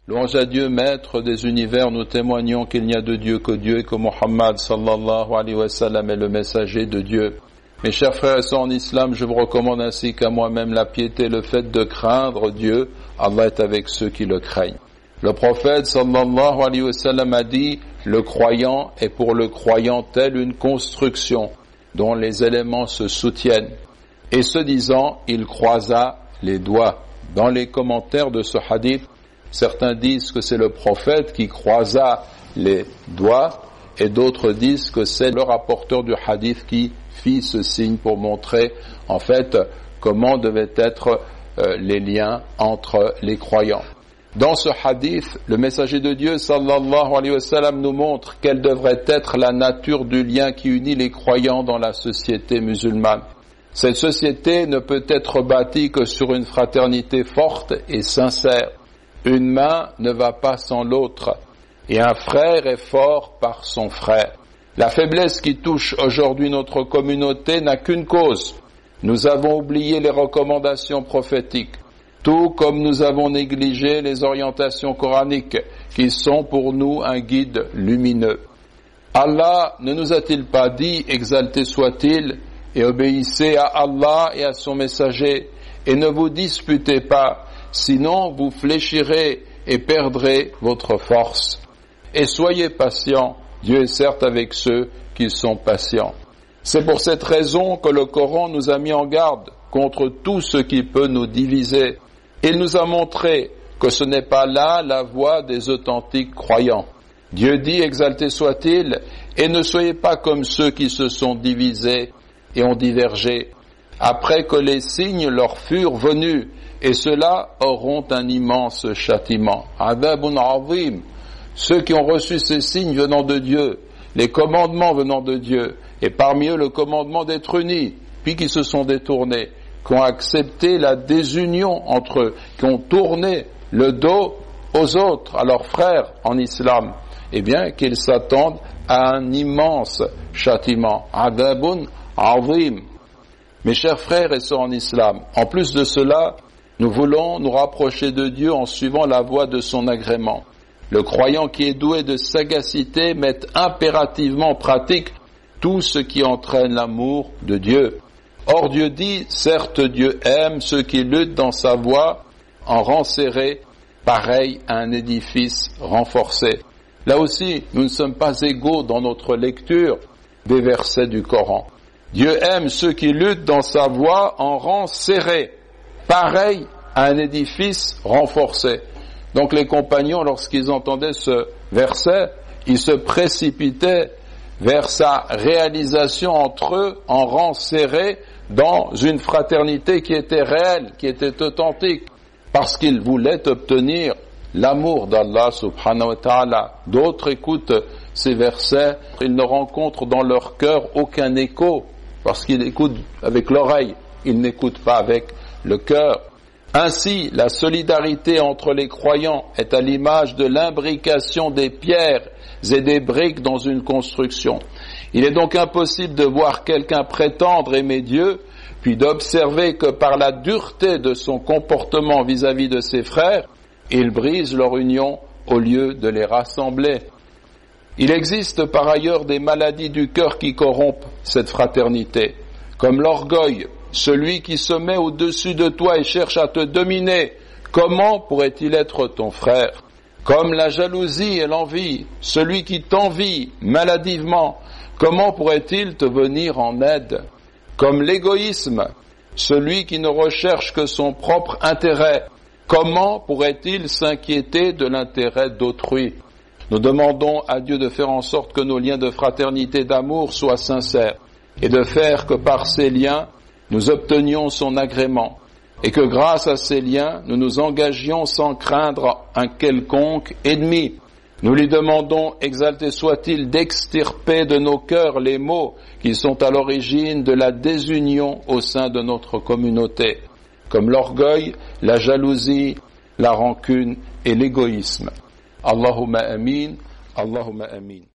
Louange à Dieu, maître des univers, nous témoignons qu'il n'y a de Dieu que Dieu et que Muhammad sallallahu alayhi wa sallam est le messager de Dieu. Mes chers frères et sœurs en islam, je vous recommande ainsi qu'à moi-même la piété, le fait de craindre Dieu. Allah est avec ceux qui le craignent. Le prophète sallallahu alayhi wa sallam a dit, le croyant est pour le croyant telle une construction dont les éléments se soutiennent. Et ce disant, il croisa les doigts. Dans les commentaires de ce hadith, certains disent que c'est le prophète qui croisa les doigts et d'autres disent que c'est le rapporteur du hadith qui fit ce signe pour montrer en fait comment devaient être les liens entre les croyants. Dans ce hadith, le messager de Dieu sallallahu alayhi wa sallam nous montre quelle devrait être la nature du lien qui unit les croyants dans la société musulmane. Cette société ne peut être bâtie que sur une fraternité forte et sincère. Une main ne va pas sans l'autre, et un frère est fort par son frère. La faiblesse qui touche aujourd'hui notre communauté n'a qu'une cause. Nous avons oublié les recommandations prophétiques, tout comme nous avons négligé les orientations coraniques, qui sont pour nous un guide lumineux. Allah ne nous a-t-il pas dit, exalté soit-il, et obéissez à Allah et à son messager, et ne vous disputez pas, sinon vous fléchirez et perdrez votre force. Et soyez patients, Dieu est certes avec ceux qui sont patients. C'est pour cette raison que le Coran nous a mis en garde contre tout ce qui peut nous diviser. Il nous a montré que ce n'est pas là la voie des authentiques croyants. Dieu dit, exalté soit-il, et ne soyez pas comme ceux qui se sont divisés et ont divergé, après que les signes leur furent venus, et ceux-là auront un immense châtiment. Adabun azim. Ceux qui ont reçu ces signes venant de Dieu, les commandements venant de Dieu, et parmi eux le commandement d'être unis, puis qui se sont détournés, qui ont accepté la désunion entre eux, qui ont tourné le dos aux autres, à leurs frères en islam, eh bien qu'ils s'attendent à un immense châtiment. Adabun azim. Mes chers frères et sœurs en islam, en plus de cela, nous voulons nous rapprocher de Dieu en suivant la voie de son agrément. Le croyant qui est doué de sagacité met impérativement en pratique tout ce qui entraîne l'amour de Dieu. Or Dieu dit, certes Dieu aime ceux qui luttent dans sa voie en rang serré, pareil à un édifice renforcé. Là aussi, nous ne sommes pas égaux dans notre lecture des versets du Coran. Dieu aime ceux qui luttent dans sa voie en rang serré, pareil à un édifice renforcé. Donc les compagnons, lorsqu'ils entendaient ce verset, ils se précipitaient vers sa réalisation entre eux en rang serré dans une fraternité qui était réelle, qui était authentique, parce qu'ils voulaient obtenir l'amour d'Allah subhanahu wa ta'ala. D'autres écoutent ces versets, ils ne rencontrent dans leur cœur aucun écho, parce qu'ils écoutent avec l'oreille, ils n'écoutent pas avec le cœur. Ainsi, la solidarité entre les croyants est à l'image de l'imbrication des pierres et des briques dans une construction. Il est donc impossible de voir quelqu'un prétendre aimer Dieu, puis d'observer que par la dureté de son comportement vis-à-vis de ses frères, il brise leur union au lieu de les rassembler. Il existe par ailleurs des maladies du cœur qui corrompent cette fraternité, comme l'orgueil. Celui qui se met au-dessus de toi et cherche à te dominer, comment pourrait-il être ton frère? Comme la jalousie et l'envie, celui qui t'envie maladivement, comment pourrait-il te venir en aide? Comme l'égoïsme, celui qui ne recherche que son propre intérêt, comment pourrait-il s'inquiéter de l'intérêt d'autrui? Nous demandons à Dieu de faire en sorte que nos liens de fraternité, d'amour soient sincères, et de faire que par ces liens, nous obtenions son agrément, et que grâce à ces liens, nous nous engagions sans craindre un quelconque ennemi. Nous lui demandons, exalté soit-il, d'extirper de nos cœurs les maux qui sont à l'origine de la désunion au sein de notre communauté, comme l'orgueil, la jalousie, la rancune et l'égoïsme. Allahumma amin, Allahumma amin.